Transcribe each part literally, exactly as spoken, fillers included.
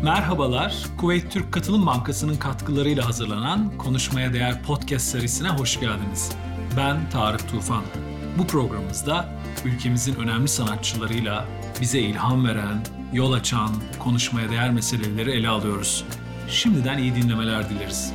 Merhabalar, Kuveyt Türk Katılım Bankası'nın katkılarıyla hazırlanan Konuşmaya Değer Podcast serisine hoş geldiniz. Ben Tarık Tufan. Bu programımızda ülkemizin önemli sanatçılarıyla bize ilham veren, yol açan, konuşmaya değer meseleleri ele alıyoruz. Şimdiden iyi dinlemeler dileriz.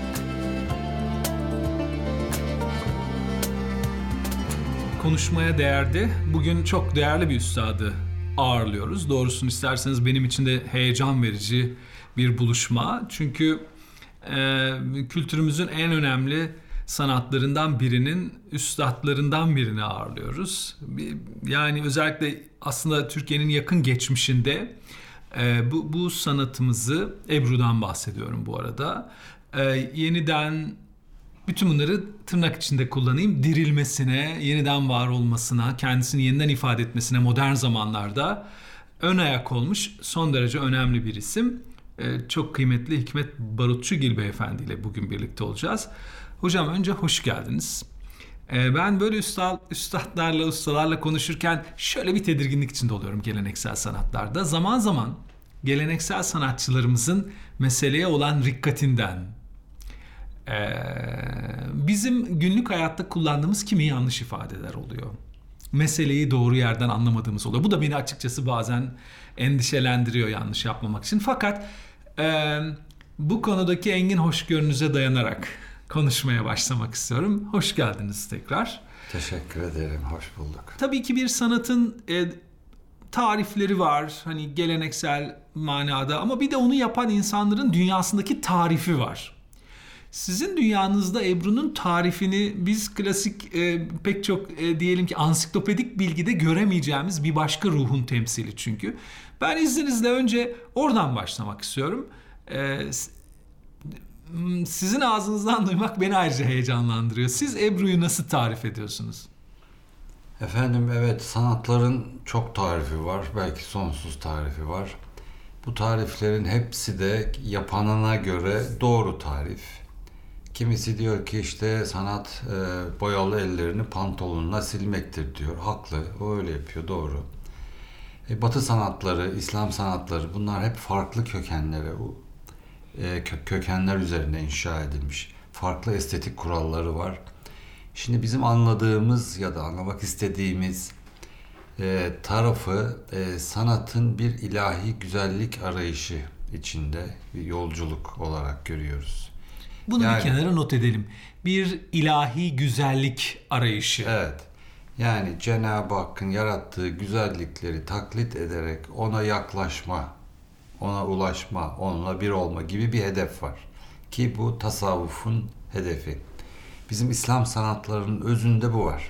Konuşmaya Değer'de bugün çok değerli bir üstadı ağırlıyoruz. Doğrusunu isterseniz benim için de heyecan verici bir buluşma. Çünkü e, kültürümüzün en önemli sanatlarından birinin üstadlarından birini ağırlıyoruz. Yani özellikle aslında Türkiye'nin yakın geçmişinde e, bu, bu sanatımızı, Ebru'dan bahsediyorum bu arada, e, yeniden bütün bunları tırnak içinde kullanayım, dirilmesine, yeniden var olmasına, kendisini yeniden ifade etmesine modern zamanlarda ön ayak olmuş son derece önemli bir isim. Ee, çok kıymetli Hikmet Barutçugil Beyefendi ile bugün birlikte olacağız. Hocam önce hoş geldiniz. Ee, ben böyle üstad, üstadlarla, ustalarla konuşurken şöyle bir tedirginlik içinde oluyorum geleneksel sanatlarda. Zaman zaman geleneksel sanatçılarımızın meseleye olan rikkatinden, Ee, bizim günlük hayatta kullandığımız kimi yanlış ifadeler oluyor. Meseleyi doğru yerden anlamadığımız oluyor. Bu da beni açıkçası bazen endişelendiriyor yanlış yapmamak için. Fakat e, bu konudaki engin hoşgörünüze dayanarak konuşmaya başlamak istiyorum. Hoş geldiniz tekrar. Teşekkür ederim, hoş bulduk. Tabii ki bir sanatın e, tarifleri var. Hani geleneksel manada ama bir de onu yapan insanların dünyasındaki tarifi var. Sizin dünyanızda Ebru'nun tarifini biz klasik e, pek çok e, diyelim ki ansiklopedik bilgide göremeyeceğimiz bir başka ruhun temsili çünkü. Ben izninizle önce oradan başlamak istiyorum. E, sizin ağzınızdan duymak beni ayrıca heyecanlandırıyor. Siz Ebru'yu nasıl tarif ediyorsunuz? Efendim evet, sanatların çok tarifi var, belki sonsuz tarifi var. Bu tariflerin hepsi de yapanına göre doğru tarif. Kimisi diyor ki işte sanat e, boyalı ellerini pantolonuna silmektir diyor. Haklı, o öyle yapıyor, doğru. E, Batı sanatları, İslam sanatları bunlar hep farklı kökenlere, e, kö- kökenler üzerine inşa edilmiş. Farklı estetik kuralları var. Şimdi bizim anladığımız ya da anlamak istediğimiz e, tarafı e, sanatın bir ilahi güzellik arayışı içinde bir yolculuk olarak görüyoruz. Bunu yani, bir kenara not edelim. Bir ilahi güzellik arayışı. Evet. Yani Cenab-ı Hakk'ın yarattığı güzellikleri taklit ederek ona yaklaşma, ona ulaşma, onunla bir olma gibi bir hedef var. Ki bu tasavvufun hedefi. Bizim İslam sanatlarının özünde bu var.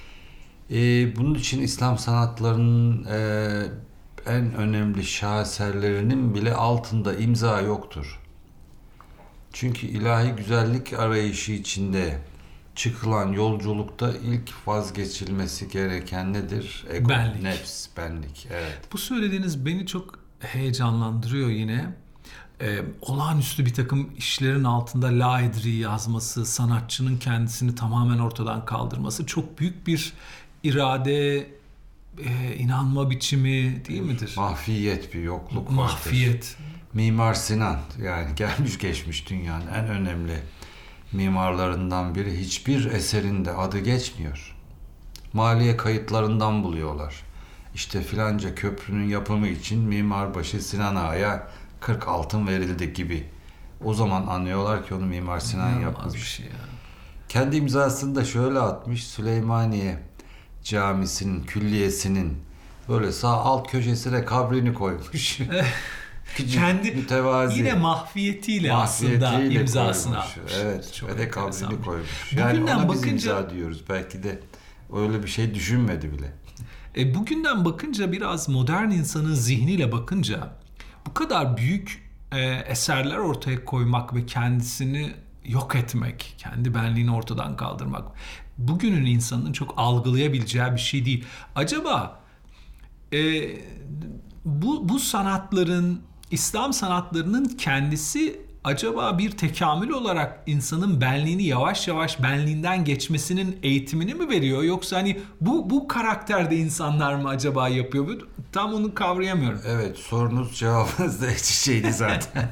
Ee, bunun için İslam sanatlarının e, en önemli şaheserlerinin bile altında imza yoktur. Çünkü ilahi güzellik arayışı içinde çıkılan yolculukta ilk vazgeçilmesi gereken nedir? Ego, benlik. Nefs, benlik. Evet. Bu söylediğiniz beni çok heyecanlandırıyor yine. Ee, olağanüstü bir takım işlerin altında la edri yazması, sanatçının kendisini tamamen ortadan kaldırması çok büyük bir irade, e, inanma biçimi değil midir? Mahfiyet, bir yokluk vardır. Mahfiyet. Mimar Sinan, yani gelmiş geçmiş dünyanın en önemli mimarlarından biri, hiçbir eserinde adı geçmiyor. Maliye kayıtlarından buluyorlar. İşte filanca köprünün yapımı için mimarbaşı Sinan Ağa'ya kırk altın verildi gibi. O zaman anlıyorlar ki onu Mimar Sinan İnanılmaz yapmış. Bir şey yani. Kendi imzasını da şöyle atmış: Süleymaniye Camisi'nin, külliyesinin böyle sağ alt köşesine kabrini koymuş. Küçük, kendi mütevazi. Yine mahfiyetiyle, mahfiyetiyle aslında imzasını koymuş. atmış. Evet. Çok ve de kabrini koymuş. Bugünden Yani ona bakınca, biz imza diyoruz. Belki de öyle bir şey düşünmedi bile. E, bugünden bakınca, biraz modern insanın zihniyle bakınca bu kadar büyük e, eserler ortaya koymak ve kendisini yok etmek, kendi benliğini ortadan kaldırmak bugünün insanının çok algılayabileceği bir şey değil. Acaba e, bu, bu sanatların, İslam sanatlarının kendisi acaba bir tekamül olarak insanın benliğini yavaş yavaş benliğinden geçmesinin eğitimini mi veriyor? Yoksa hani bu bu karakterde insanlar mı acaba yapıyor? Tam onu kavrayamıyorum. Evet, sorunuz cevabınız da iç içeydi zaten.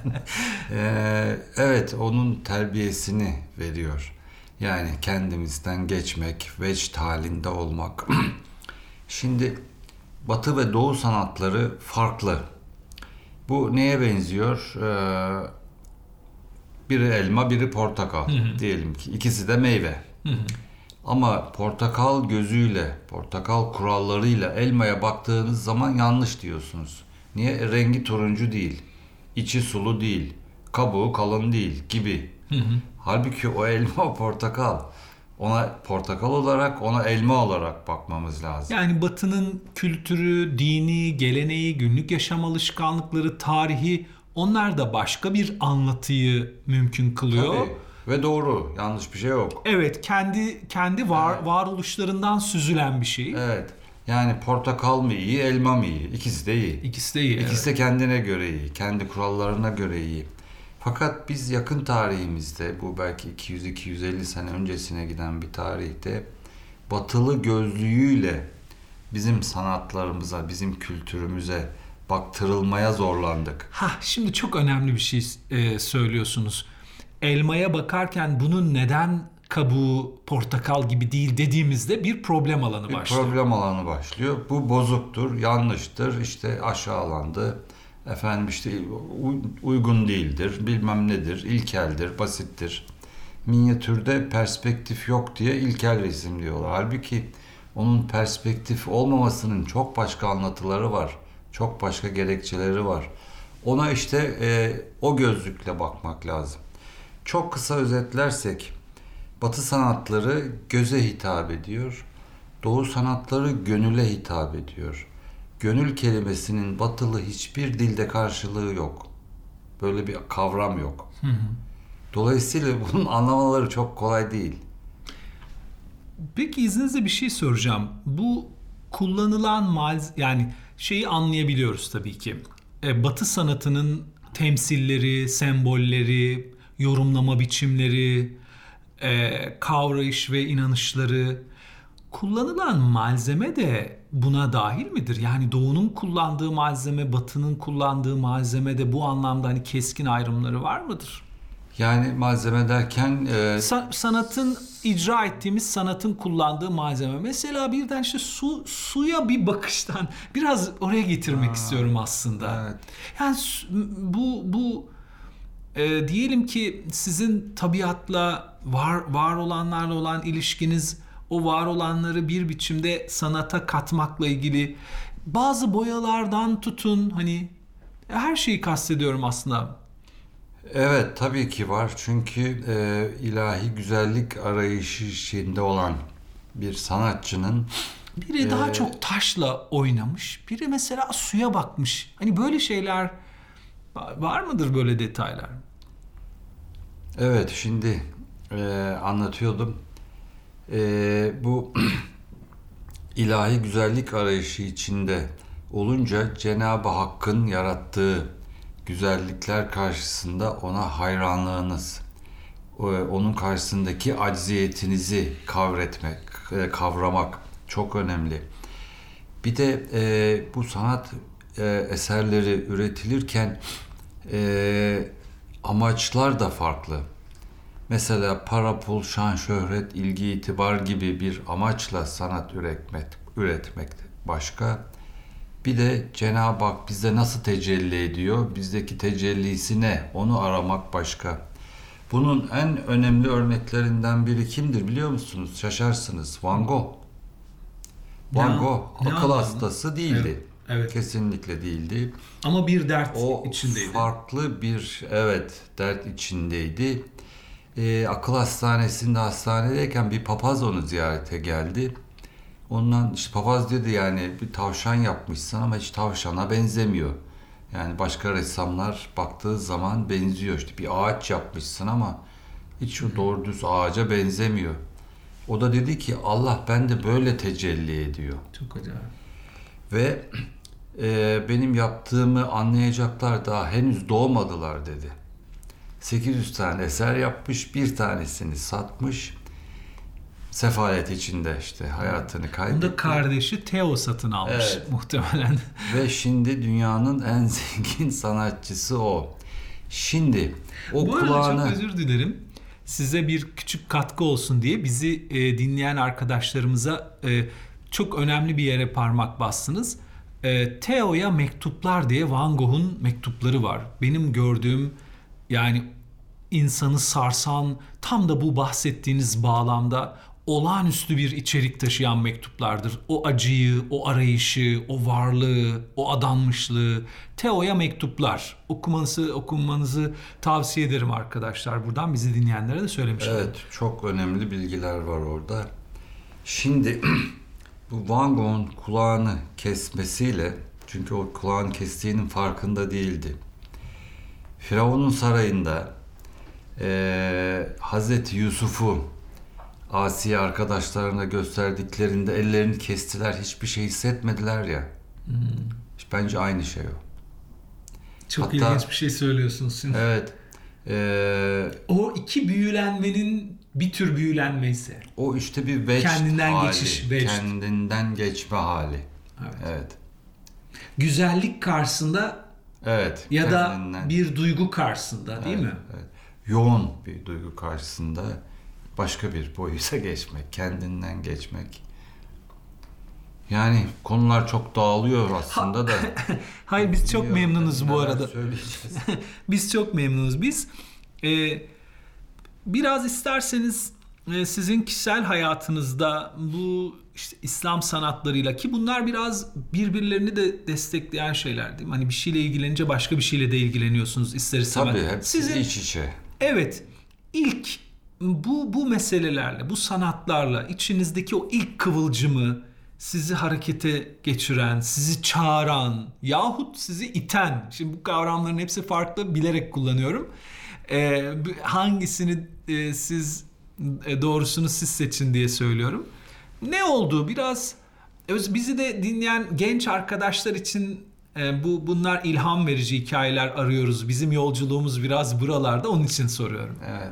ee, evet, onun terbiyesini veriyor. Yani kendimizden geçmek, vecd halinde olmak. Şimdi Batı ve Doğu sanatları farklı. Bu neye benziyor? Ee, biri elma, biri portakal. Hı hı. Diyelim ki ikisi de meyve. Hı hı. Ama portakal gözüyle, portakal kurallarıyla elmaya baktığınız zaman yanlış diyorsunuz. Niye? Rengi turuncu değil, içi sulu değil, kabuğu kalın değil gibi. Hı hı. Halbuki o elma o portakal. Ona portakal olarak, ona elma olarak bakmamız lazım. Yani Batı'nın kültürü, dini, geleneği, günlük yaşam alışkanlıkları, tarihi, onlar da başka bir anlatıyı mümkün kılıyor. Tabii. Ve doğru, yanlış bir şey yok. Evet, kendi kendi var evet. varoluşlarından süzülen bir şey. Evet. Yani portakal mı iyi, elma mı iyi? İkisi de iyi. İkisi de iyi. İkisi evet. de kendine göre iyi, kendi kurallarına göre iyi. Fakat biz yakın tarihimizde, bu belki iki yüz iki yüz elli sene öncesine giden bir tarihte, batılı gözlüğüyle bizim sanatlarımıza, bizim kültürümüze baktırılmaya zorlandık. Ha, şimdi çok önemli bir şey e, söylüyorsunuz. Elmaya bakarken bunun neden kabuğu portakal gibi değil dediğimizde bir problem alanı bir başlıyor. Bir problem alanı başlıyor. Bu bozuktur, yanlıştır, işte aşağılandı. Efendim işte uygun değildir, bilmem nedir, ilkeldir, basittir. Minyatürde perspektif yok diye ilkel resim diyorlar. Halbuki onun perspektif olmamasının çok başka anlatıları var. Çok başka gerekçeleri var. Ona işte e, o gözlükle bakmak lazım. Çok kısa özetlersek, Batı sanatları göze hitap ediyor. Doğu sanatları gönüle hitap ediyor. Gönül kelimesinin batılı hiçbir dilde karşılığı yok. Böyle bir kavram yok. Hı hı. Dolayısıyla bunun anlamaları çok kolay değil. Peki izninizle bir şey soracağım. Bu kullanılan malzeme, yani şeyi anlayabiliyoruz tabii ki. E, Batı sanatının temsilleri, sembolleri, yorumlama biçimleri, e, kavrayış ve inanışları, kullanılan malzeme de buna dahil midir? Yani Doğu'nun kullandığı malzeme, Batı'nın kullandığı malzeme de bu anlamda hani keskin ayrımları var mıdır? Yani malzeme derken... E... Sa- sanatın, icra ettiğimiz sanatın kullandığı malzeme. Mesela birden işte su suya bir bakıştan biraz oraya getirmek Aa, istiyorum aslında. Evet. Yani bu bu e, diyelim ki sizin tabiatla, var var olanlarla olan ilişkiniz, o var olanları bir biçimde sanata katmakla ilgili, bazı boyalardan tutun, hani her şeyi kastediyorum aslında. Evet, tabii ki var. Çünkü e, ilahi güzellik arayışı içinde olan bir sanatçının... Biri e, daha çok taşla oynamış, biri mesela suya bakmış. Hani böyle şeyler var mıdır, böyle detaylar? Evet, şimdi e, anlatıyordum. E, bu ilahi güzellik arayışı içinde olunca Cenab-ı Hakk'ın yarattığı güzellikler karşısında ona hayranlığınız, onun karşısındaki acziyetinizi kavretmek, kavramak çok önemli. Bir de e, bu sanat e, eserleri üretilirken e, amaçlar da farklı. Mesela para, pul, şan, şöhret, ilgi, itibar gibi bir amaçla sanat üretmek, üretmek başka. Bir de Cenab-ı Hak bizde nasıl tecelli ediyor, bizdeki tecellisi ne, onu aramak başka. Bunun en önemli örneklerinden biri kimdir biliyor musunuz? Şaşarsınız. Van Gogh. Van ya, Gogh akıl hastası değildi. Evet, evet. Kesinlikle değildi. Ama bir dert o içindeydi. Farklı bir, evet, dert içindeydi. Ee, akıl hastanesinde hastanedeyken bir papaz onu ziyarete geldi. Ondan işte papaz dedi, yani bir tavşan yapmışsın ama hiç tavşana benzemiyor. Yani başka ressamlar baktığı zaman benziyor. İşte bir ağaç yapmışsın ama hiç şu doğru düz ağaca benzemiyor. O da dedi ki Allah bende böyle tecelli ediyor. Çok acayip. Ve e, benim yaptığımı anlayacaklar daha henüz doğmadılar dedi. sekiz yüz tane eser yapmış, bir tanesini satmış. sefalet içinde işte hayatını kaybetti. Bunda kardeşi Theo satın almış Evet. muhtemelen. Ve şimdi dünyanın en zengin sanatçısı o. Şimdi o Bu arada kulağını... çok özür dilerim. Size bir küçük katkı olsun diye bizi e, dinleyen arkadaşlarımıza e, çok önemli bir yere parmak bastınız. E, Theo'ya mektuplar diye Van Gogh'un mektupları var. Benim gördüğüm, yani insanı sarsan, tam da bu bahsettiğiniz bağlamda olağanüstü bir içerik taşıyan mektuplardır. O acıyı, o arayışı, o varlığı, o adanmışlığı. Theo'ya mektuplar. Okumanızı, okumanızı tavsiye ederim arkadaşlar. Buradan bizi dinleyenlere de söylemiş olayım. Evet, çok önemli bilgiler var orada. Şimdi bu Van Gogh'un kulağını kesmesiyle, çünkü o kulağını kestiğinin farkında değildi. Firavun'un sarayında e, Hazreti Yusuf'u asi arkadaşlarına gösterdiklerinde ellerini kestiler, hiçbir şey hissetmediler ya. Hmm. Bence aynı şey o. Çok Hatta, ilginç bir şey söylüyorsunuz şimdi. Evet. E, o iki büyülenmenin bir tür büyülenme ise. O işte bir vecd kendinden hali. geçiş, vecd. Kendinden geçme hali. Evet. Evet. Güzellik karşısında, evet, ya kendinden... da bir duygu karşısında, değil evet, mi? Evet. Yoğun bir duygu karşısında başka bir boyuta geçmek, kendinden geçmek. Yani konular çok dağılıyor aslında ha, da. Hayır, biz çok memnunuz bu arada. Biz çok memnunuz. Biz e, biraz isterseniz e, sizin kişisel hayatınızda bu işte İslam sanatlarıyla, ki bunlar biraz birbirlerini de destekleyen şeyler değil mi? Hani bir şeyle ilgilenince başka bir şeyle de ilgileniyorsunuz ister istemez. Tabii, hepsi sizin, iç içe. Evet. İlk bu bu meselelerle, bu sanatlarla içinizdeki o ilk kıvılcımı, sizi harekete geçiren, sizi çağıran yahut sizi iten, şimdi bu kavramların hepsi farklı, bilerek kullanıyorum. Ee, hangisini e, siz e, doğrusunu siz seçin diye söylüyorum. Ne oldu? Biraz bizi de dinleyen genç arkadaşlar için e, bu bunlar ilham verici hikayeler arıyoruz. Bizim yolculuğumuz biraz buralarda, onun için soruyorum. Evet.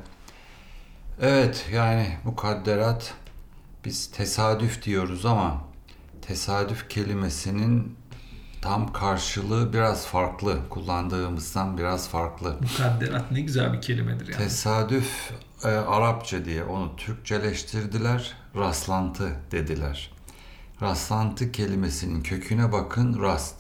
Evet, yani mukadderat, biz tesadüf diyoruz ama tesadüf kelimesinin tam karşılığı biraz farklı. Kullandığımızdan biraz farklı. Mukadderat ne güzel bir kelimedir yani. Tesadüf e, Arapça diye onu Türkçeleştirdiler. Rastlantı dediler. Rastlantı kelimesinin köküne bakın, rast.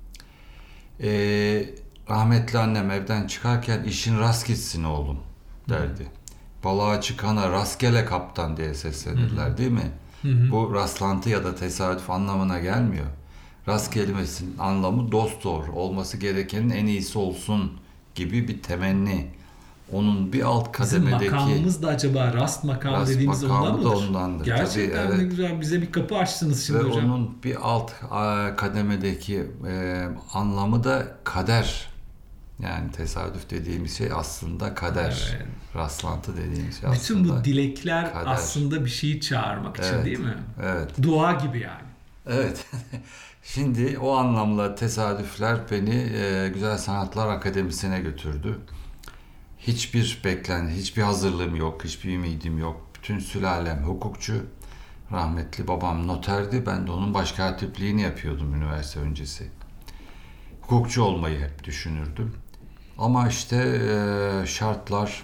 E, rahmetli annem evden çıkarken işin rast gitsin oğlum derdi. Hı. Balığa çıkana rastgele kaptan diye seslenirler, hı hı, değil mi? Hı hı. Bu rastlantı ya da tesadüf anlamına gelmiyor. Rast kelimesinin anlamı dost doğru, olması gerekenin en iyisi olsun gibi bir temenni. Onun bir alt kademedeki... Bizim makamımız da acaba rast makam rast dediğimiz ondan mıdır? ondandır. Gerçekten Tabii, ne evet. güzel, bize bir kapı açtınız şimdi ve hocam. Ve onun bir alt kademedeki e, anlamı da kader. Yani tesadüf dediğimiz şey aslında kader. Evet. Rastlantı dediğimiz şey bütün aslında bu dilekler kader. Aslında bir şeyi çağırmak için, evet. değil mi? Evet. Dua gibi yani. Evet. Şimdi o anlamla tesadüfler beni e, Güzel Sanatlar Akademisi'ne götürdü. Hiçbir beklenti, hiçbir hazırlığım yok, hiçbir ümidim yok. Bütün sülalem hukukçu. Rahmetli babam noterdi. Ben de onun başkatipliğini yapıyordum üniversite öncesi. Hukukçu olmayı hep düşünürdüm. Ama işte e, şartlar...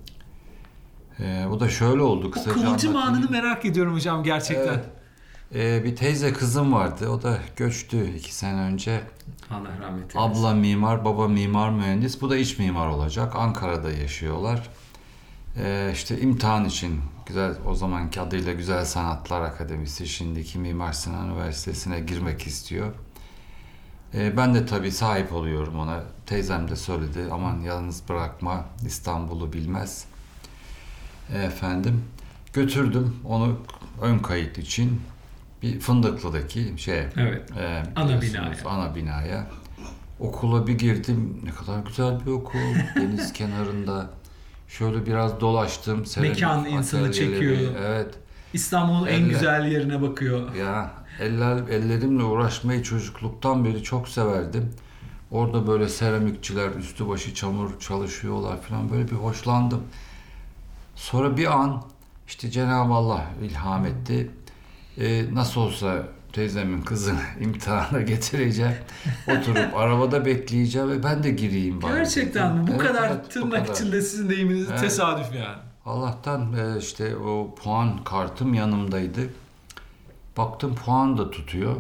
E, o da şöyle oldu. O kıvılcım anını merak ediyorum hocam gerçekten. Evet. E, bir teyze kızım vardı. O da göçtü iki sene önce. Allah rahmet eylesin. Abla mimar, baba mimar mühendis. Bu da iç mimar olacak. Ankara'da yaşıyorlar. Ee, işte imtihan için güzel, o zamanki adıyla Güzel Sanatlar Akademisi, şimdiki Mimar Sinan Üniversitesi'ne girmek istiyor. Ee, ben de tabii sahip oluyorum ona. Teyzem de söyledi, aman yalnız bırakma, İstanbul'u bilmez. Ee, efendim götürdüm onu ön kayıt için. Bir Fındıklı'daki şey, evet, e, ana binaya. Ana binaya. Okula bir girdim. Ne kadar güzel bir okul. Deniz kenarında. Şöyle biraz dolaştım. Mekan insanı çekiyor. Evet. İstanbul'un en eller, güzel yerine bakıyor. Ya eller ellerimle uğraşmayı çocukluktan beri çok severdim. Orada böyle seramikçiler üstü başı çamur çalışıyorlar falan, böyle bir hoşlandım. Sonra bir an İşte Cenab-ı Allah ilham etti. Ee, nasıl olsa teyzemin kızını imtihana getireceğim. Oturup arabada bekleyeceğim ve ben de gireyim bari. Gerçekten mi? Bu Evet, kadar evet, bu tırnak kadar. içinde sizin deyiminiz Evet. tesadüf yani. Allah'tan e, işte o puan kartım yanımdaydı. Baktım puan da tutuyor.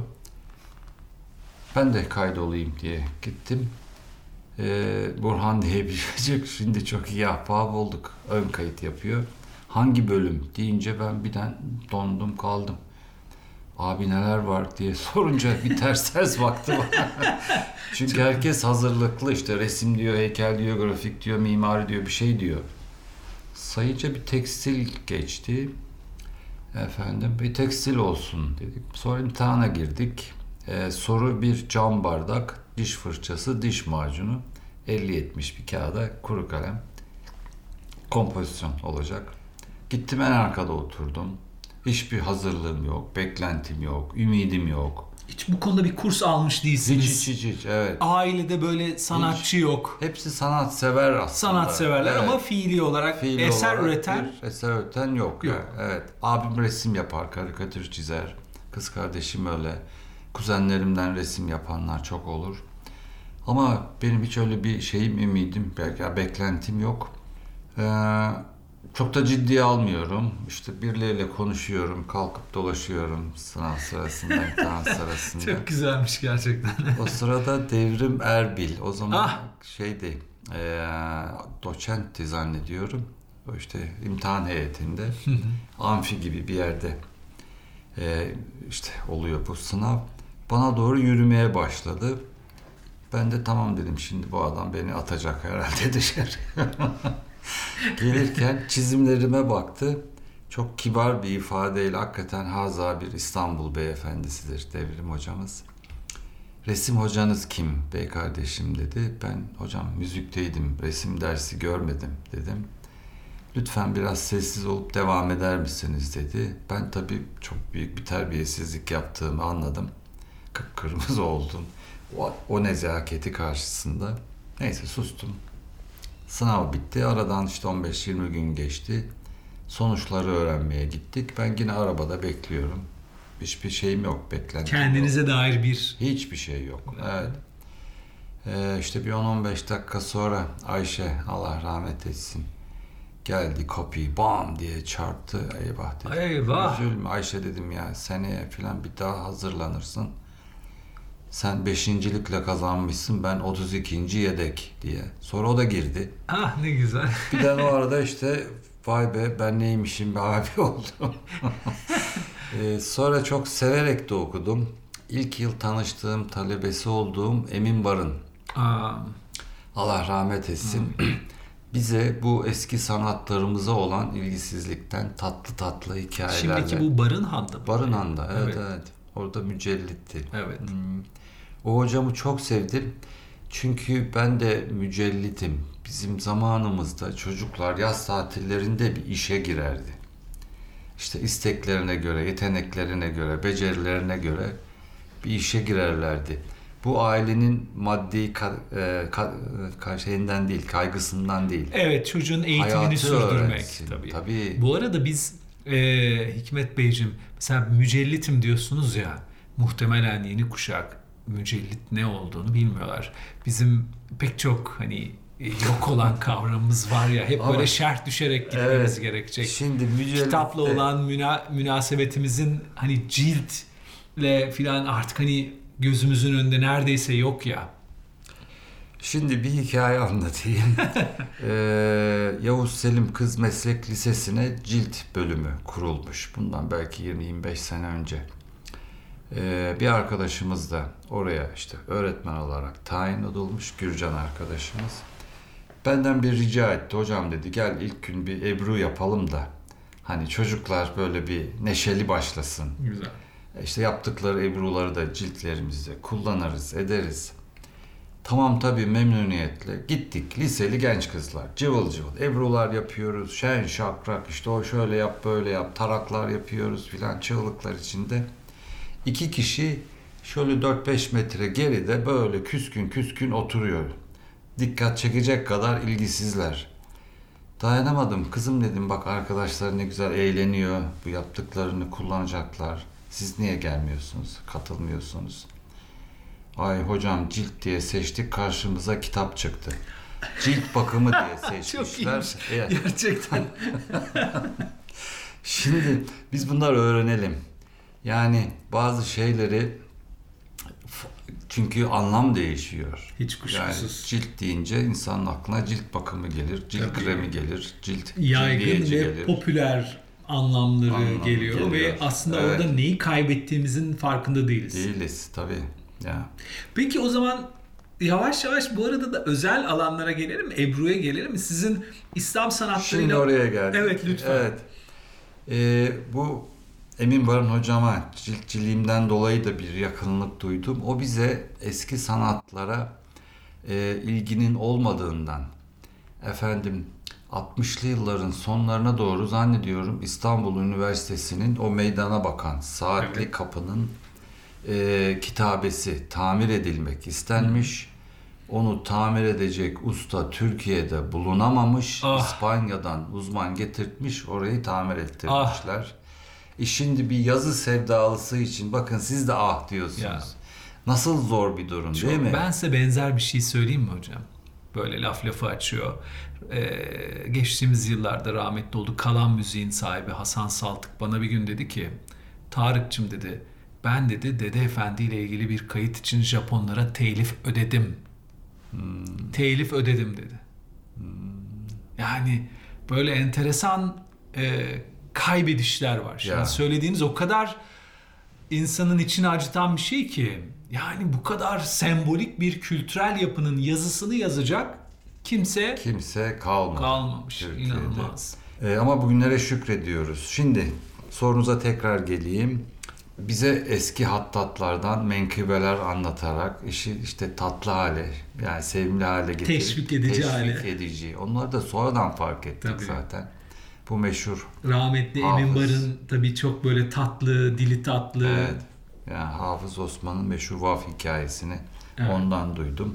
Ben de kaydolayım diye gittim. Ee, Burhan diye bir çocuk, şimdi çok iyi ahbap olduk. Ön kayıt yapıyor. Hangi bölüm deyince ben birden dondum kaldım. Abi neler var diye sorunca bir ters ters baktı bana. Çünkü herkes hazırlıklı, işte resim diyor, heykel diyor, grafik diyor, mimari diyor, bir şey diyor. Sayınca bir tekstil geçti. Efendim bir tekstil olsun dedik. Sonra imtihana girdik. Ee, soru bir cam bardak, diş fırçası, diş macunu, elli yetmiş bir kağıda kuru kalem, kompozisyon olacak. Gittim en arkada oturdum. Hiçbir hazırlığım yok, beklentim yok, ümidim yok. Hiç bu konuda bir kurs almış değilsiniz. Hiç hiç hiç, hiç evet. Ailede böyle sanatçı Hiç. yok. Hepsi sanatsever aslında. Sanatseverler Evet. ama fiili olarak Fiili eser olarak üreten bir eser üreten yok. yok. Yani. Evet. Abim resim yapar, karikatür çizer. Kız kardeşim öyle. Kuzenlerimden resim yapanlar çok olur. Ama benim hiç öyle bir şeyim, ümidim, belki beklentim yok. Ee, çok da ciddiye almıyorum. İşte birileriyle konuşuyorum, kalkıp dolaşıyorum sınav sırasında, imtihan sırasında. Çok güzelmiş gerçekten. O sırada Devrim Erbil, o zaman Ah! şeydi, e, doçentti zannediyorum. O işte imtihan heyetinde, amfi gibi bir yerde e, işte oluyor bu sınav. Bana doğru yürümeye başladı. Ben de tamam dedim, şimdi bu adam beni atacak herhalde dışarı. Gelirken çizimlerime baktı. Çok kibar bir ifadeyle, hakikaten haza bir İstanbul beyefendisidir Devrim hocamız. Resim hocanız kim bey kardeşim dedi. Ben hocam müzikteydim, resim dersi görmedim dedim. Lütfen biraz sessiz olup devam eder misiniz dedi. Ben tabii çok büyük bir terbiyesizlik yaptığımı anladım. Kıpkırmızı oldum. O, o nezaketi karşısında. Neyse sustum. Sınav bitti. Aradan işte on beş yirmi gün geçti. Sonuçları öğrenmeye gittik. Ben yine arabada bekliyorum. Hiçbir şeyim yok, beklentim Kendinize yok. dair bir... Hiçbir şey yok. Evet. Ee, işte bir on on beş dakika sonra Ayşe, Allah rahmet etsin, geldi, kapıyı bam diye çarptı. Eyvah dedim. Eyvah. Üzülme Ayşe dedim ya, seneye falan bir daha hazırlanırsın. Sen beşincilikle kazanmışsın, ben otuz ikinci yedek diye. Sonra o da girdi. Ah ne güzel. Bir de o arada işte vay be ben neymişim be abi oldum. ee, sonra çok severek de okudum. İlk yıl tanıştığım, talebesi olduğum Emin Barın. Aa. Allah rahmet etsin. Bize bu eski sanatlarımıza olan ilgisizlikten tatlı tatlı hikayelerle. Şimdiki bu Barınhan'da mı? Barınhan'da, evet, Evet. evet. Orada mücellitti. Evet. Hmm. O hocamı çok sevdim. Çünkü ben de mücellitim. Bizim zamanımızda çocuklar yaz tatillerinde bir işe girerdi. İşte isteklerine göre, yeteneklerine göre, becerilerine göre bir işe girerlerdi. Bu ailenin maddi ka- e, ka- ka- şeyinden değil, kaygısından değil. Evet, çocuğun eğitimini Hayatı sürdürmek öğretsin. tabii. Tabii. Bu arada biz e, Hikmet Beyciğim, mesela mücellitim diyorsunuz ya, muhtemelen yeni kuşak mücellit ne olduğunu bilmiyorlar. Bizim pek çok hani yok olan kavramımız var ya, hep Ama, böyle şerh düşerek gitmemiz evet, gerekecek. Şimdi mücellitte... Kitapla olan müna- münasebetimizin hani ciltle filan artık hani gözümüzün önünde neredeyse yok ya. Şimdi bir hikaye anlatayım. ee, Yavuz Selim Kız Meslek Lisesi'ne cilt bölümü kurulmuş. Bundan belki yirmi yirmi beş sene önce. Ee, bir arkadaşımız da oraya işte öğretmen olarak tayin edilmiş, Gürcan arkadaşımız. Benden bir rica etti. Hocam dedi, gel ilk gün bir Ebru yapalım da hani çocuklar böyle bir neşeli başlasın. Güzel. İşte yaptıkları Ebru'ları da ciltlerimizde kullanırız, ederiz. Tamam tabii, memnuniyetle gittik. Liseli genç kızlar, cıvıl cıvıl Ebru'lar yapıyoruz, şen şakrak, işte o şöyle yap böyle yap, taraklar yapıyoruz filan, çığlıklar içinde. İki kişi şöyle dört beş metre geride böyle küskün küskün oturuyor. Dikkat çekecek kadar ilgisizler. Dayanamadım. Kızım dedim, bak arkadaşlar ne güzel eğleniyor. Bu yaptıklarını kullanacaklar. Siz niye gelmiyorsunuz? Katılmıyorsunuz. Ay hocam, cilt diye seçtik, karşımıza kitap çıktı. Cilt bakımı diye seçmişler. Çok iyiymiş. Gerçekten. Şimdi biz bunları öğrenelim. Yani bazı şeyleri, çünkü anlam değişiyor. Hiç kuşkusuz. Yani cilt deyince insanın aklına cilt bakımı gelir, cilt Tabii. kremi gelir, cilt yaygın ve gelir. popüler anlamları Anlamı geliyor, geliyor. ve aslında Evet. orada neyi kaybettiğimizin farkında değiliz. Değiliz tabii. Ya. Peki o zaman yavaş yavaş bu arada da özel alanlara gelelim, Ebru'ya gelelim. Sizin İslam sanatlarıyla... Şimdi oraya geldik. Evet, lütfen. Evet. Ee, bu Emin Barın hocama ciltçiliğimden dolayı da bir yakınlık duydum. O bize eski sanatlara e, ilginin olmadığından, efendim altmışlı yılların sonlarına doğru zannediyorum İstanbul Üniversitesi'nin o meydana bakan saatli Evet. kapının e, kitabesi tamir edilmek istenmiş. Hı. Onu tamir edecek usta Türkiye'de bulunamamış. Ah. İspanya'dan uzman getirtmiş, orayı tamir ettirmişler. Ah. E şimdi bir yazı sevdalısı için, bakın siz de ah diyorsunuz. Ya. Nasıl zor bir durum. Çok, değil mi? Ben size benzer bir şey söyleyeyim mi hocam? Böyle laf lafı açıyor. Ee, geçtiğimiz yıllarda rahmetli oldu Kalan Müziğin sahibi Hasan Saltık bana bir gün dedi ki, Tarık'cığım dedi, ben dedi Dede Efendi ile ilgili bir kayıt için Japonlara telif ödedim. Hmm. Telif ödedim dedi. Hmm. Yani böyle enteresan e, kaybedişler var. Şimdi ya. Söylediğiniz o kadar insanın içini acıtan bir şey ki, yani bu kadar sembolik bir kültürel yapının yazısını yazacak kimse kimse kalmadı. Kalmamış. Türkiye'de. İnanılmaz. Ee, ama bugünlere şükrediyoruz. Şimdi sorunuza tekrar geleyim. Bize eski hattatlardan menkıbeler anlatarak işi işte tatlı hale, yani sevimli hale getirip teşvik edici teşvik hale. edici. Onları da sonradan fark ettik. Tabii. Zaten. Bu meşhur. Rahmetli Hafız. Emin Barın tabii çok böyle tatlı, dili tatlı. Evet. Yani Hafız Osman'ın meşhur Vaf hikayesini evet. ondan duydum.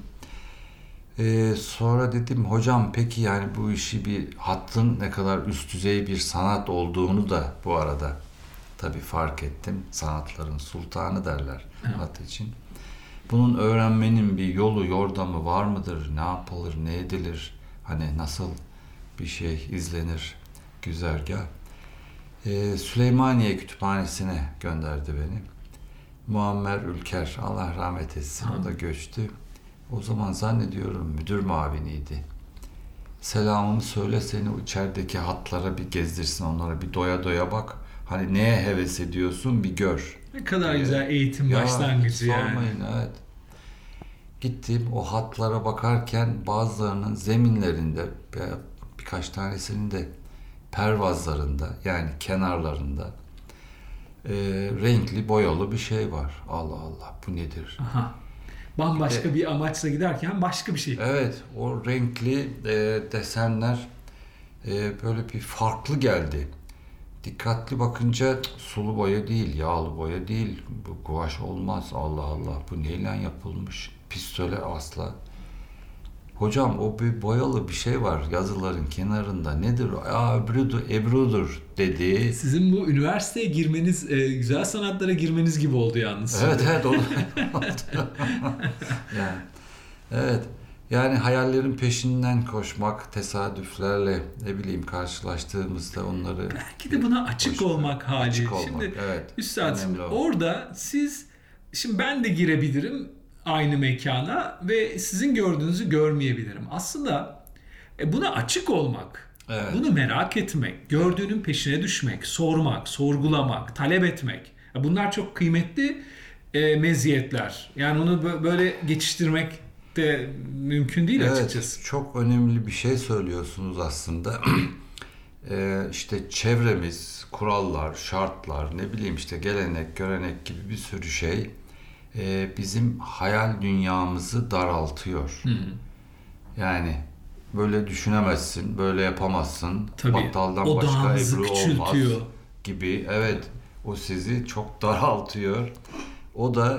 Ee, sonra dedim hocam, peki yani bu işi, bir hattın ne kadar üst düzey bir sanat olduğunu da bu arada tabii fark ettim. Sanatların sultanı derler evet. hat için. Bunun öğrenmenin bir yolu, yordamı var mıdır? Ne yapılır, ne edilir? Hani nasıl bir şey izlenir? Güzergah. Ee, Süleymaniye Kütüphanesi'ne gönderdi beni. Muammer Ülker, Allah rahmet etsin, o da göçtü. O zaman zannediyorum müdür muaviniydi. Selamımı söyle, seni içerideki hatlara bir gezdirsin, onlara bir doya doya bak. Hani neye heves ediyorsun bir gör. Ne kadar ee, güzel eğitim ya, başlangıcı yani. Sormayın, evet. Gittim, o hatlara bakarken bazılarının zeminlerinde, birkaç tanesinin de pervazlarında, yani kenarlarında e, renkli boyalı bir şey var. Allah Allah, bu nedir? Aha. Bambaşka e, bir amaçla giderken başka bir şey. Evet, o renkli e, desenler e, böyle bir farklı geldi. Dikkatli bakınca sulu boya değil, yağlı boya değil, bu guaş olmaz. Allah Allah, bu neyle yapılmış? Pistole asla. Hocam o bir boyalı bir şey var yazıların kenarında. Nedir o? Aa, Ebru'dur, Ebru'dur dedi. Sizin bu üniversiteye girmeniz, e, güzel sanatlara girmeniz gibi oldu yalnız. Evet evet oldu. yani, evet. Yani hayallerin peşinden koşmak, tesadüflerle ne bileyim karşılaştığımızda onları... Belki de buna açık koşmak, olmak hali. Açık olmak, şimdi, evet. Üstad, orada siz, şimdi ben de girebilirim aynı mekana ve sizin gördüğünüzü görmeyebilirim. Aslında e, buna açık olmak, evet. bunu merak etmek, gördüğünün peşine düşmek, sormak, sorgulamak, talep etmek. Bunlar çok kıymetli e, meziyetler. Yani onu böyle geçiştirmek de mümkün değil evet, açıkçası. Çok önemli bir şey söylüyorsunuz aslında. ee, işte çevremiz, kurallar, şartlar, ne bileyim işte gelenek, görenek gibi bir sürü şey e, bizim hayal dünyamızı daraltıyor. Hı. Yani böyle düşünemezsin, böyle yapamazsın. Tabii, Battaldan o başka Ebru olmaz gibi. Evet, o sizi çok daraltıyor. O da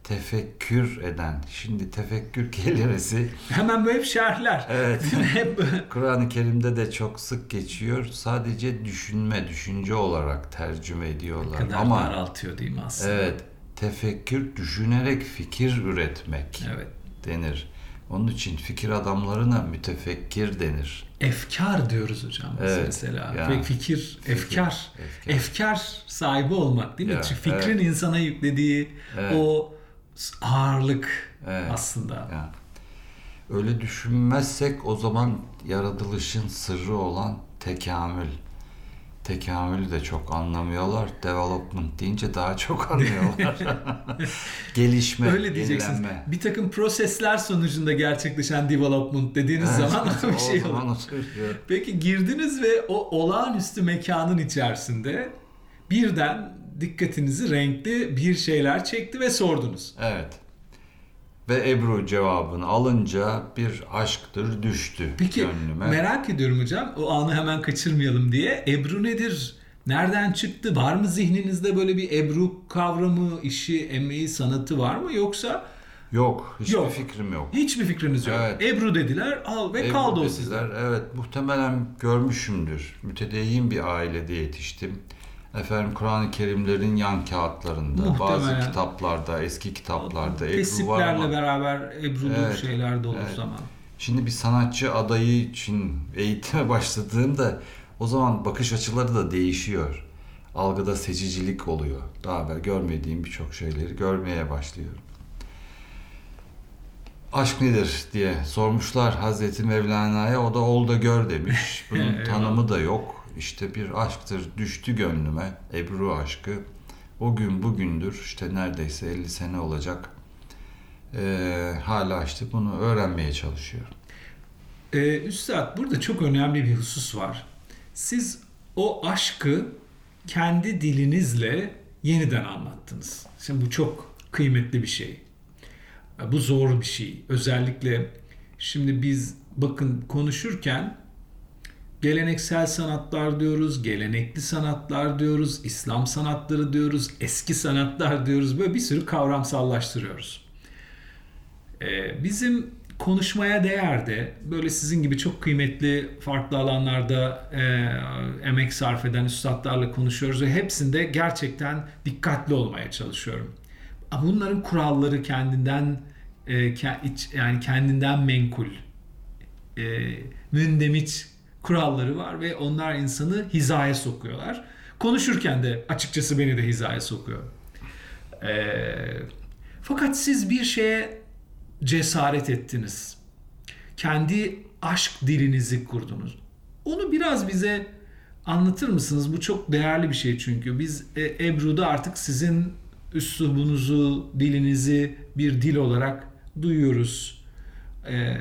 tefekkür eden. Şimdi tefekkür kelimesi hemen böyle hep şerhler. Evet. hep Kur'an-ı Kerim'de de çok sık geçiyor. Sadece düşünme, düşünce olarak tercüme ediyorlar. Ne kadar Ama daraltıyor değil mi aslında? evet, tefekkür düşünerek fikir üretmek Evet. denir. Onun için fikir adamlarına mütefekkir denir. Efkar diyoruz hocam biz Evet, mesela. yani, fikir, fikir, efkar. efkar. Efkar sahibi olmak değil mi? Ya, Çünkü fikrin evet. insana yüklediği Evet. o ağırlık Evet. aslında. Yani, öyle düşünmezsek o zaman yaratılışın sırrı olan tekamül. Tekamülü de çok anlamıyorlar. Development deyince daha çok anlıyorlar. Gelişme, Öyle diyeceksiniz. yenilenme. Bir takım prosesler sonucunda gerçekleşen development dediğiniz Evet, zaman bir şey o zaman olur. oturuyor. Peki girdiniz ve o olağanüstü mekanın içerisinde birden dikkatinizi renkli bir şeyler çekti ve sordunuz. Evet. Ve Ebru cevabını alınca bir aşktır düştü Peki gönlüme. merak ediyorum hocam, o anı hemen kaçırmayalım diye. Ebru nedir? Nereden çıktı? Var mı zihninizde böyle bir Ebru kavramı, işi, emeği, sanatı var mı? Yoksa Yok, hiçbir Yok. fikrim yok. hiçbir fikriniz yok. Evet. Ebru dediler, al ve Ebru kaldı o dediler, sizde. evet, muhtemelen görmüşümdür. Mütedeyyin bir ailede yetiştim. Efendim Kur'an-ı Kerimlerin yan kağıtlarında, Muhtemelen. bazı kitaplarda, eski kitaplarda Ebru var Tesiplerle ama beraber Ebrulu Evet, şeyler de olur evet. zaman. şimdi bir sanatçı adayı için eğitime başladığımda o zaman bakış açıları da değişiyor. Algıda seçicilik oluyor. Daha evvel görmediğim birçok şeyleri görmeye başlıyorum. Aşk nedir diye sormuşlar Hazreti Mevlana'ya. O da ol da gör demiş. Bunun Eyvallah. tanımı da yok. İşte bir aşktır düştü gönlüme. Ebru aşkı. O gün bugündür. İşte neredeyse elli sene olacak. Ee, hala işte bunu öğrenmeye çalışıyorum. Ee, Üstad, burada çok önemli bir husus var. Siz o aşkı kendi dilinizle yeniden anlattınız. Şimdi bu çok kıymetli bir şey. Bu zor bir şey. Özellikle şimdi biz bakın konuşurken geleneksel sanatlar diyoruz, gelenekli sanatlar diyoruz, İslam sanatları diyoruz, eski sanatlar diyoruz. Böyle bir sürü kavramsallaştırıyoruz. Ee, bizim konuşmaya değer de böyle sizin gibi çok kıymetli farklı alanlarda e, emek sarf eden üstadlarla konuşuyoruz ve hepsinde gerçekten dikkatli olmaya çalışıyorum. Bunların kuralları kendinden e, ke, iç, yani kendinden menkul, e, mündemiş kuralları var ve onlar insanı hizaya sokuyorlar. Konuşurken de açıkçası beni de hizaya sokuyor. E, fakat siz bir şeye cesaret ettiniz. Kendi aşk dilinizi kurdunuz. Onu biraz bize anlatır mısınız? Bu çok değerli bir şey çünkü. Biz e, Ebru'da artık sizin üslubunuzu, dilinizi bir dil olarak duyuyoruz. Ee,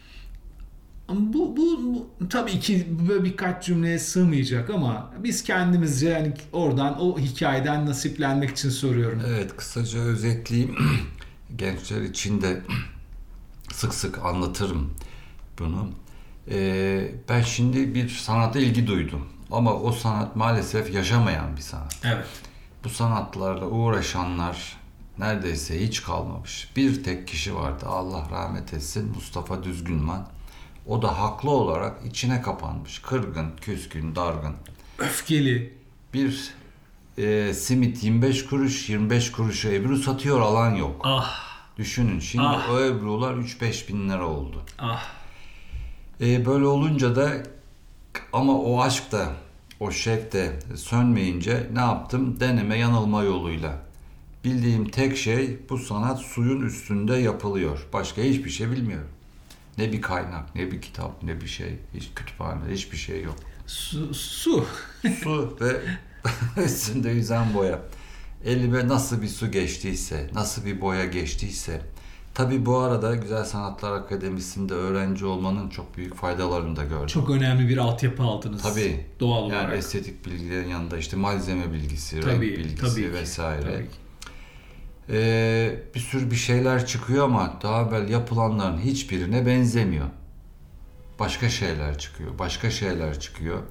bu, bu, bu tabii ki böyle birkaç cümleye sığmayacak ama biz kendimizce yani oradan o hikayeden nasiplenmek için soruyorum. Evet, kısaca özetleyeyim. Gençler için de sık sık anlatırım bunu. Ee, ben şimdi bir sanata ilgi duydum. Ama o sanat maalesef yaşamayan bir sanat. Evet. Bu sanatlarla uğraşanlar neredeyse hiç kalmamış. Bir tek kişi vardı, Allah rahmet etsin, Mustafa Düzgünman. O da haklı olarak içine kapanmış. Kırgın, küskün, dargın. Öfkeli. Bir e, simit yirmi beş kuruş, yirmi beş kuruşa Ebru satıyor, alan yok. Ah. Düşünün şimdi Ah. o Ebru'lar üç beş bin lira oldu. Ah. E, böyle olunca da ama o aşk da o şevk de sönmeyince ne yaptım? Deneme yanılma yoluyla. Bildiğim tek şey bu sanat suyun üstünde yapılıyor. Başka hiçbir şey bilmiyorum. Ne bir kaynak, ne bir kitap, ne bir şey. Hiç kütüphane, hiçbir şey yok. Su. Su. Su ve üstünde yüzen boya. Elime nasıl bir su geçtiyse, nasıl bir boya geçtiyse. Tabii bu arada Güzel Sanatlar Akademisi'nde öğrenci olmanın çok büyük faydalarını da gördüm. Çok önemli bir altyapı aldınız. Tabii. Doğal Yani olarak. estetik bilgilerin yanında işte malzeme bilgisi, renk Tabii, bilgisi tabii ki, vesaire. tabii ki. Ee, bir sürü bir şeyler çıkıyor ama daha evvel yapılanların hiçbirine benzemiyor. Başka şeyler çıkıyor, başka şeyler çıkıyor.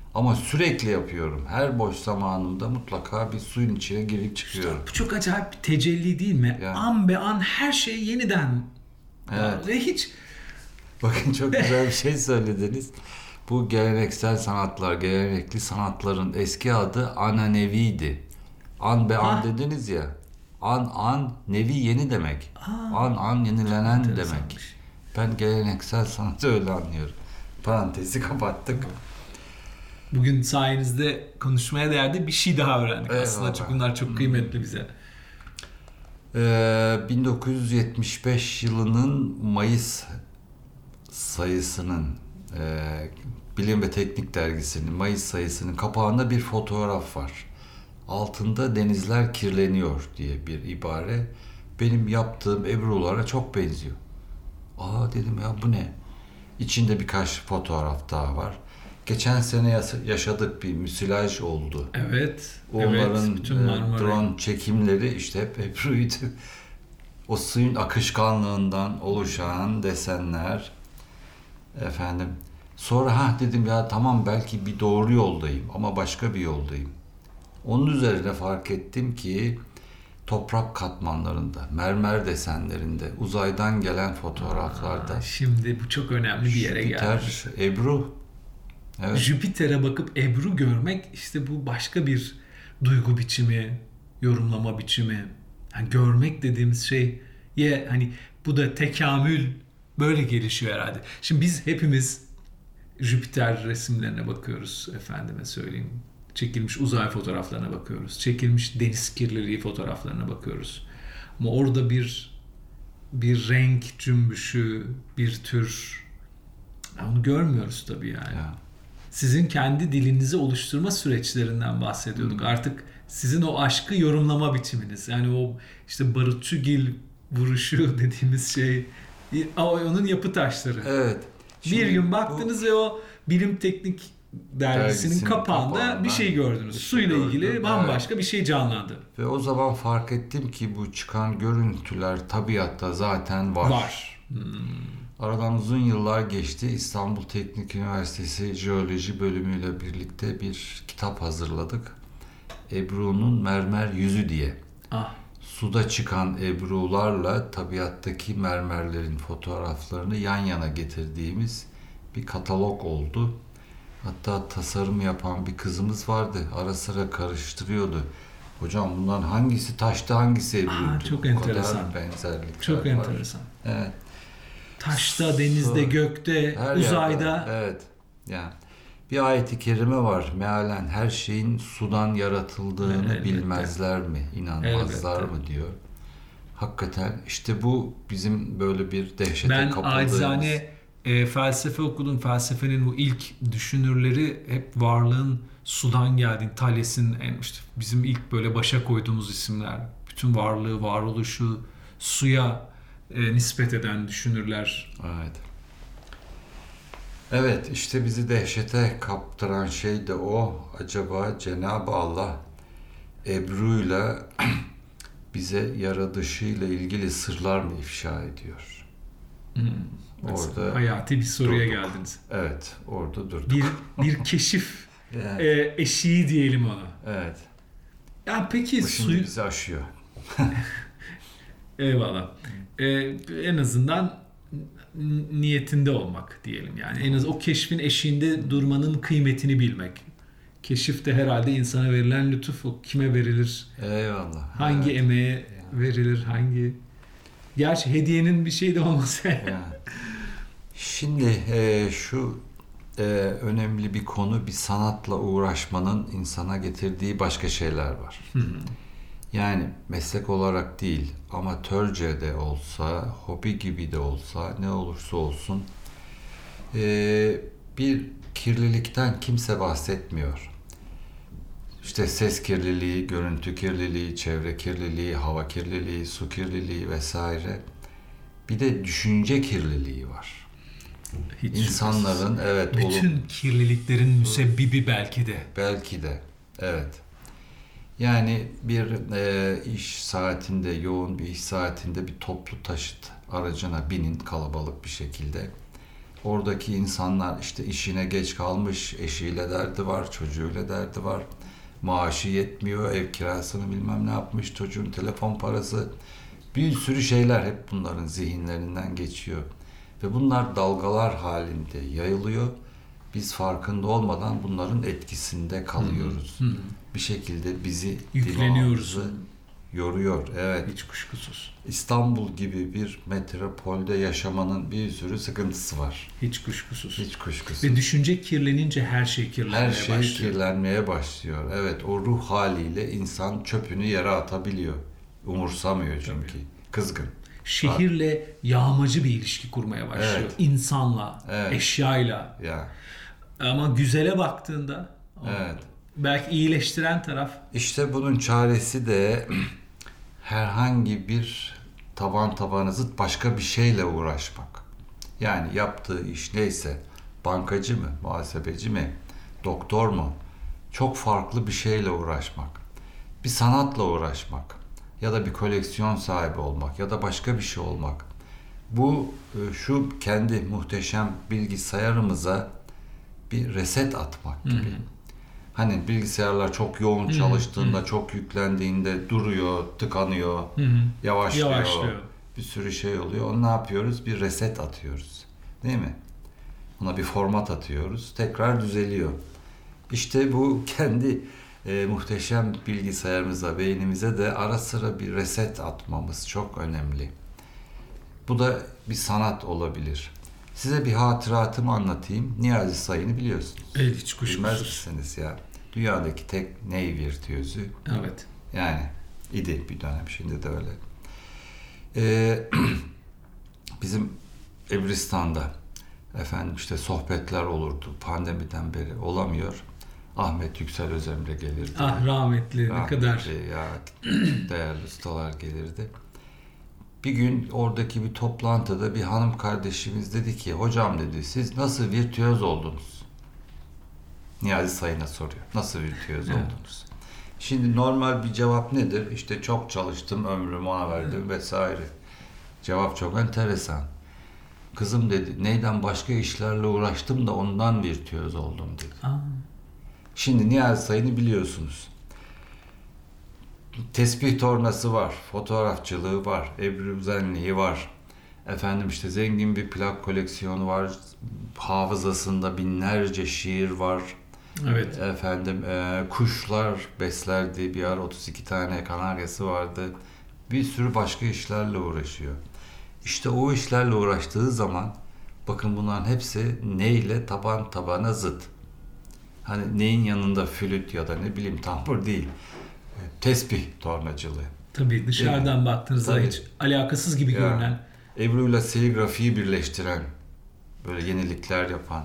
Ama sürekli yapıyorum. Her boş zamanımda mutlaka bir suyun içine girip çıkıyorum. Bu çok acayip bir tecelli değil mi? Yani. An be an her şey yeniden. Evet. Ve hiç... Bakın çok güzel bir şey söylediniz. Bu geleneksel sanatlar, gelenekli sanatların eski adı ananeviydi. An be an Ha. dediniz ya. An an nevi yeni demek. Ha. An an yenilenen demek. Enteresanmış. Ben geleneksel sanatı öyle anlıyorum. Parantezi kapattık. Bugün sayenizde konuşmaya değerli bir şey daha öğrendik. Eyvallah. Aslında çok bunlar çok kıymetli bize. Ee, bin dokuz yüz yetmiş beş yılının Mayıs sayısının e, Bilim ve Teknik dergisinin Mayıs sayısının kapağında bir fotoğraf var. Altında denizler kirleniyor diye bir ibare. Benim yaptığım ebrulara çok benziyor. Aa dedim ya bu ne? İçinde birkaç fotoğraf daha var. Geçen sene yaşadık, bir müsilaj oldu. Evet. Onların evet, bütün e, Marmara. drone çekimleri işte hep ebruydu. O suyun akışkanlığından oluşan desenler. Efendim. Sonra ha dedim ya tamam belki bir doğru yoldayım ama başka bir yoldayım. Onun üzerine fark ettim ki toprak katmanlarında, mermer desenlerinde, uzaydan gelen fotoğraflarda. Aa, şimdi bu çok önemli bir yere geldi. Jüpiter, Ebru. Evet. Jüpiter'e bakıp Ebru görmek işte bu başka bir duygu biçimi, yorumlama biçimi. Yani görmek dediğimiz şey ye hani bu da tekamül böyle gelişiyor herhalde. Şimdi biz hepimiz Jüpiter resimlerine bakıyoruz, efendime söyleyeyim. Çekilmiş uzay fotoğraflarına bakıyoruz. Çekilmiş deniz kirliliği fotoğraflarına bakıyoruz. Ama orada bir bir renk cümbüşü, bir tür onu görmüyoruz tabii yani. Ya. Sizin kendi dilinizi oluşturma süreçlerinden bahsediyorduk. Artık sizin o aşkı yorumlama biçiminiz. Yani o işte barutçugil vuruşu dediğimiz şey onun yapı taşları. Evet. Bir Şimdi gün baktınız bu... ve o Bilim Teknik dergisinin, Dergisinin kapağında, kapağında bir şey gördünüz. bir şey Suyla gördüm. ilgili bambaşka evet. bir şey canlandı. Ve o zaman fark ettim ki bu çıkan görüntüler tabiatta zaten var. Var. Hmm. Aradan uzun yıllar geçti. İstanbul Teknik Üniversitesi Jeoloji bölümüyle birlikte bir kitap hazırladık. Ebru'nun mermer yüzü diye. Ah. Suda çıkan ebrularla tabiattaki mermerlerin fotoğraflarını yan yana getirdiğimiz bir katalog oldu. Hatta tasarım yapan bir kızımız vardı. Ara sıra karıştırıyordu. Hocam bunların hangisi taştı, hangisi ebruydu? Aa, çok Bu enteresan. kadar benzerlikler çok var. enteresan. Evet. Taşta, denizde, Su, gökte, her uzayda. Yerde, evet. Yani bir ayet-i kerime var. Mealen her şeyin sudan yaratıldığını Elbette. bilmezler mi, inanmazlar Elbette. mı diyor. Hakikaten işte bu bizim böyle bir dehşete ben kapıldığımız. Ben acizane e, felsefe okudum. Felsefenin bu ilk düşünürleri hep varlığın sudan geldiğini, Thales'in en işte bizim ilk böyle başa koyduğumuz isimler. Bütün varlığı, varoluşu suya e, nispet eden düşünürler. Evet. Evet, işte bizi dehşete kaptıran şey de o. Acaba Cenab-ı Allah Ebru'yla bize yaratışıyla ilgili sırlar mı ifşa ediyor? Hmm. Orada hayati bir soruya durduk. geldiniz. Evet, orada durduk. Bir bir keşif evet. e, eşiği diyelim ona. Evet. Ya peki bu şimdi suyu bizi aşıyor. Eyvallah. Ee, en azından niyetinde olmak diyelim yani. En az o keşfin eşiğinde durmanın kıymetini bilmek. Keşif de herhalde insana verilen lütuf, o kime verilir? Eyvallah. Hangi evet. emeğe verilir? Hangi Gerçi hediyenin bir şey de olması. Yani. Şimdi e, şu e, önemli bir konu, bir sanatla uğraşmanın insana getirdiği başka şeyler var. Hmm. Yani meslek olarak değil, amatörce de olsa, hobi gibi de olsa, ne olursa olsun e, bir kirlilikten kimse bahsetmiyor. İşte ses kirliliği, görüntü kirliliği, çevre kirliliği, hava kirliliği, su kirliliği vesaire. Bir de düşünce kirliliği var. Hiç İnsanların şüphesiz. evet bütün olup, kirliliklerin müsebbibi belki de. Belki de. Evet. Yani bir e, iş saatinde, yoğun bir iş saatinde bir toplu taşıt aracına binin kalabalık bir şekilde. Oradaki insanlar işte işine geç kalmış, eşiyle derdi var, çocuğuyla derdi var. Maaşı yetmiyor, ev kirasını bilmem ne yapmış, çocuğun telefon parası. Bir sürü şeyler hep bunların zihinlerinden geçiyor. Ve bunlar dalgalar halinde yayılıyor. Biz farkında olmadan bunların etkisinde kalıyoruz. Hı hı. Bir şekilde bizi, yükleniyoruz, dimağımızı yoruyor. Evet. Hiç kuşkusuz. İstanbul gibi bir metropolde yaşamanın bir sürü sıkıntısı var. Hiç kuşkusuz. Hiç kuşkusuz. Ve düşünce kirlenince her şey kirlenmeye Her şey başlıyor. kirlenmeye başlıyor. Evet, o ruh haliyle insan çöpünü yere atabiliyor. Umursamıyor çünkü. Tabii. Kızgın. Şehirle yağmacı bir ilişki kurmaya başlıyor. Evet. İnsanla, evet. eşyayla. Ya. Ama güzele baktığında evet. belki iyileştiren taraf. İşte bunun çaresi de herhangi bir taban tabana zıt başka bir şeyle uğraşmak. Yani yaptığı iş neyse, bankacı mı, muhasebeci mi, doktor mu, çok farklı bir şeyle uğraşmak. Bir sanatla uğraşmak ya da bir koleksiyon sahibi olmak ya da başka bir şey olmak. Bu şu kendi muhteşem bilgisayarımıza bir reset atmak gibi. Hı-hı. Hani bilgisayarlar çok yoğun çalıştığında, Hı-hı. çok yüklendiğinde duruyor, tıkanıyor, Hı-hı. yavaşlıyor. Yavaşlıyor. Bir sürü şey oluyor. Onu ne yapıyoruz? Bir reset atıyoruz. Değil mi? Ona bir format atıyoruz. Tekrar düzeliyor. İşte bu kendi e, muhteşem bilgisayarımıza, beynimize de ara sıra bir reset atmamız çok önemli. Bu da bir sanat olabilir. Size bir hatıratımı anlatayım. Niyazi Sayın'ı biliyorsunuz. Evet, hiç kuşkusuz. Bilmez misiniz ya? Dünyadaki tek ney virtüözü. Evet. Yani idi bir dönem, şimdi de öyle. Ee, bizim Ebristan'da efendim işte sohbetler olurdu. Pandemiden beri olamıyor. Ahmet Yüksel Özemre gelirdi. Ah rahmetli, rahmetli ne kadar. Ya, değerli ustalar gelirdi. Bir gün oradaki bir toplantıda bir hanım kardeşimiz dedi ki, hocam dedi, siz nasıl virtüöz oldunuz? Niyazi Sayın'a soruyor. Nasıl virtüöz evet. oldunuz? Şimdi normal bir cevap nedir? İşte çok çalıştım, ömrümü ona verdim evet. vesaire. Cevap çok enteresan. Kızım dedi, neyden başka işlerle uğraştım da ondan virtüöz oldum dedi. Aa. Şimdi Niyazi Sayın'ı biliyorsunuz. Tesbih tornası var, fotoğrafçılığı var, Ebru Üzenliği var. Efendim işte zengin bir plak koleksiyonu var. Hafızasında binlerce şiir var. Evet. Efendim e, kuşlar beslerdi. Bir ara otuz iki tane kanaryası vardı. Bir sürü başka işlerle uğraşıyor. İşte o işlerle uğraştığı zaman bakın bunların hepsi neyle taban tabana zıt. Hani neyin yanında flüt ya da ne bileyim tambur değil. Tesbih tornacılığı. Tabii dışarıdan baktığınızda Tabii. hiç alakasız gibi ya, görünen. Ebru'yla serigrafiyi birleştiren, böyle yenilikler yapan.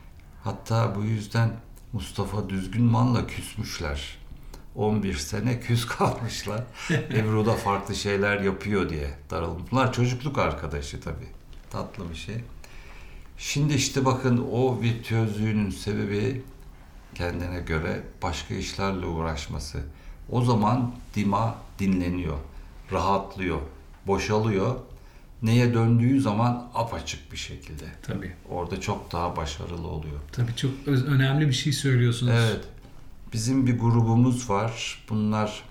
Hatta bu yüzden Mustafa Düzgünman'la küsmüşler. on bir sene küs kalmışlar. Ebru da farklı şeyler yapıyor diye darılmışlar. Çocukluk arkadaşı tabii. Tatlı bir şey. Şimdi işte bakın o virtüözlüğünün sebebi kendine göre başka işlerle uğraşması. O zaman dima dinleniyor, rahatlıyor, boşalıyor. Neye döndüğü zaman apaçık bir şekilde. Tabii. Orada çok daha başarılı oluyor. Tabii çok öz- önemli bir şey söylüyorsunuz. Evet. Bizim bir grubumuz var. Bunlar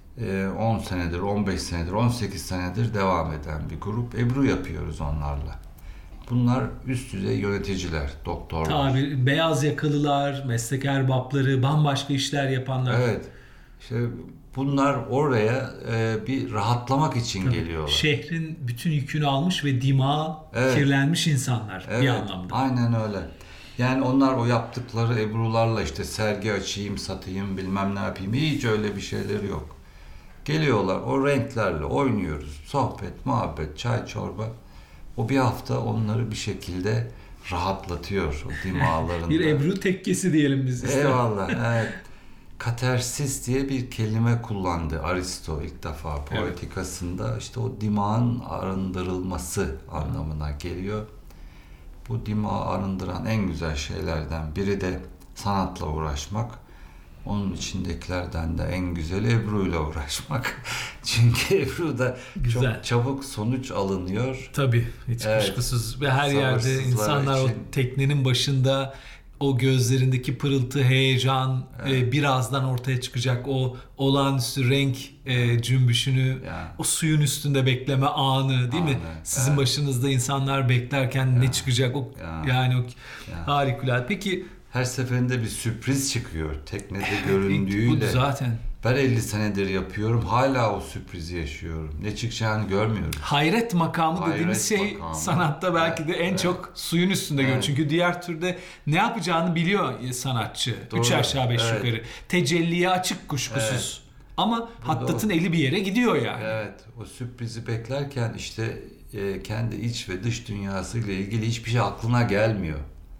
on senedir, on beş senedir, on sekiz senedir devam eden bir grup. Ebru yapıyoruz onlarla. Bunlar üst düzey yöneticiler, doktorlar. Tabii beyaz yakalılar, meslek erbapları, bambaşka işler yapanlar. Evet. İşte bunlar oraya e, bir rahatlamak için Tabii. geliyorlar. Şehrin bütün yükünü almış ve dimağı evet. kirlenmiş insanlar evet. bir anlamda. Aynen öyle. Yani onlar o yaptıkları Ebru'larla işte sergi açayım, satayım, bilmem ne yapayım. Hiç öyle bir şeyleri yok. Geliyorlar, o renklerle oynuyoruz. Sohbet, muhabbet, çay, çorba. O bir hafta onları bir şekilde rahatlatıyor o dimağlarında. Bir Ebru tekkesi diyelim biz. Eyvallah. Evet. Katersis diye bir kelime kullandı Aristo ilk defa poetikasında. Evet. İşte o dimağın arındırılması anlamına geliyor. Bu dimağı arındıran en güzel şeylerden biri de sanatla uğraşmak. Onun içindekilerden de en güzeli Ebru ile uğraşmak. Çünkü Ebru'da Güzel. çok çabuk sonuç alınıyor. Tabii, hiç Evet. kuşkusuz. Ve her yerde Sabırsızlar insanlar için. o teknenin başında o gözlerindeki pırıltı, heyecan, Evet. e, birazdan ortaya çıkacak o olağanüstü renk e, cümbüşünü, Ya. o suyun üstünde bekleme anı, değil mi? Anı, Sizin evet. başınızda insanlar beklerken ne çıkacak? O Ya. yani o Ya. harikulade. Peki Her seferinde bir sürpriz çıkıyor teknede bu göründüğüyle. zaten Ben elli senedir yapıyorum. Hala o sürprizi yaşıyorum. Ne çıkacağını görmüyoruz. hayret makamı Hayret dediğimiz şey makamı. sanatta belki de en Evet. çok suyun üstünde görüyor. Evet. Çünkü diğer türde ne yapacağını biliyor sanatçı. Doğru. Üç aşağı beş Evet. yukarı. Tecelliye açık kuşkusuz. Ama Hattat'ın o- eli bir yere gidiyor yani. Evet, o sürprizi beklerken işte e, kendi iç ve dış dünyasıyla ilgili hiçbir şey aklına gelmiyor.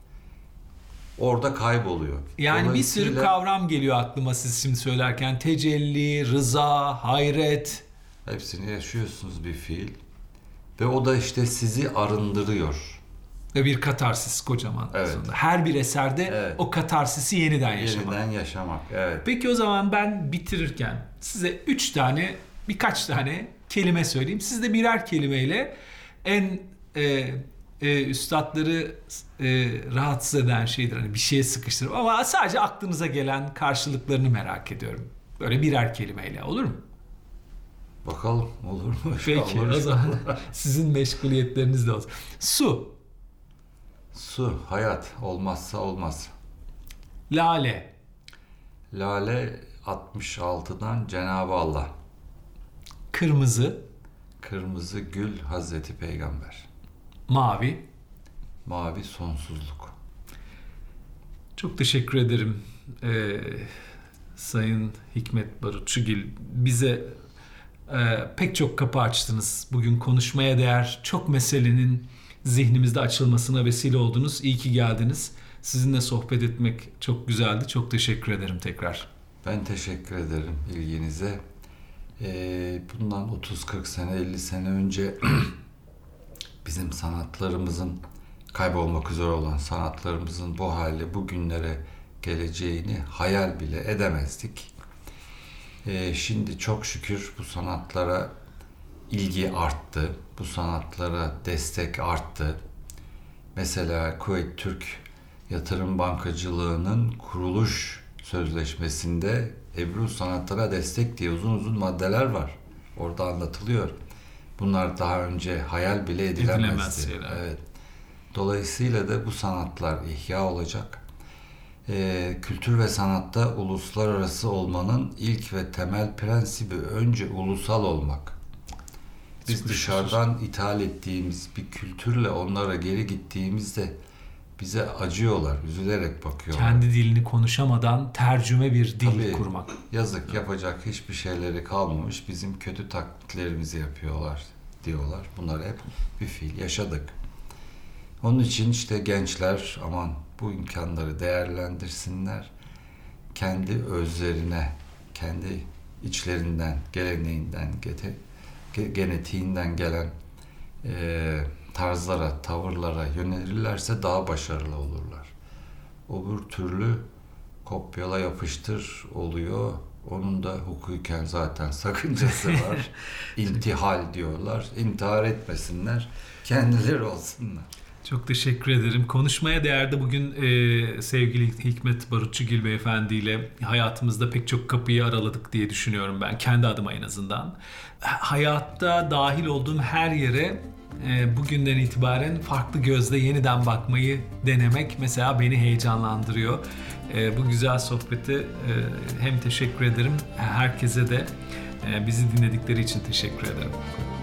Orada kayboluyor. Yani bir sürü Dolayısıyla kavram geliyor aklıma siz şimdi söylerken. Tecelli, rıza, hayret. hepsini yaşıyorsunuz bir fiil. Ve o da işte sizi arındırıyor. Ve bir katarsis kocaman. Evet. aslında. Her bir eserde Evet. o katarsisi yeniden yaşamak. Yeniden yaşamak. Evet. Peki o zaman ben bitirirken size üç tane, birkaç tane kelime söyleyeyim. Siz de birer kelimeyle en e, e, üstadları e, rahatsız eden şeydir. Hani bir şeye sıkıştırıp ama sadece aklınıza gelen karşılıklarını merak ediyorum. Böyle birer kelimeyle olur mu? Bakalım olur mu? Peki Olur. o zaman sizin meşguliyetleriniz de olsun. Su, Su, hayat olmazsa olmaz. lale, Lale altmış altıdan Cenab-ı Allah. kırmızı, Kırmızı gül Hazreti Peygamber. mavi. Mavi sonsuzluk. Çok teşekkür ederim ee, Sayın Hikmet Barutçugil. Bize e, pek çok kapı açtınız. Bugün konuşmaya değer çok meselenin zihnimizde açılmasına vesile oldunuz. İyi ki geldiniz. Sizinle sohbet etmek çok güzeldi. Çok teşekkür ederim tekrar. Ben teşekkür ederim ilginize. Ee, bundan otuz kırk sene, elli sene önce bizim sanatlarımızın kaybolmak üzere olan sanatlarımızın bu hale, bugünlere geleceğini hayal bile edemezdik. Ee, şimdi çok şükür bu sanatlara ilgi arttı. Bu sanatlara destek arttı. Mesela Kuveyt Türk Yatırım Bankacılığı'nın kuruluş sözleşmesinde Ebru sanatlara destek diye uzun uzun maddeler var. Orada anlatılıyor. Bunlar daha önce hayal bile Edilemez edilemezdi. şeyler. Evet. Dolayısıyla da bu sanatlar ihya olacak. Ee, kültür ve sanatta uluslararası olmanın ilk ve temel prensibi önce ulusal olmak. Biz Hiç dışarıdan ithal ettiğimiz bir kültürle onlara geri gittiğimizde bize acıyorlar, üzülerek bakıyorlar. Kendi dilini konuşamadan tercüme bir dil Tabii. kurmak. Yazık, yapacak hiçbir şeyleri kalmamış. Bizim kötü taklitlerimizi yapıyorlar diyorlar. Bunları hep bir fiil yaşadık. Onun için işte gençler aman bu imkanları değerlendirsinler. Kendi özlerine, kendi içlerinden, geleneğinden, gete- genetiğinden gelen e, tarzlara, tavırlara yönelirlerse daha başarılı olurlar. Öbür türlü kopyala yapıştır oluyor. Onun da hukuken zaten sakıncası var. İntihal diyorlar. İntihar etmesinler. Kendileri olsunlar. Çok teşekkür ederim. Konuşmaya değerdi bugün e, sevgili Hikmet Barutçugil Beyefendi ile hayatımızda pek çok kapıyı araladık diye düşünüyorum ben. Kendi adıma en azından. Hayatta dahil olduğum her yere e, bugünden itibaren farklı gözle yeniden bakmayı denemek mesela beni heyecanlandırıyor. E, bu güzel sohbeti e, hem teşekkür ederim herkese de e, bizi dinledikleri için teşekkür ederim.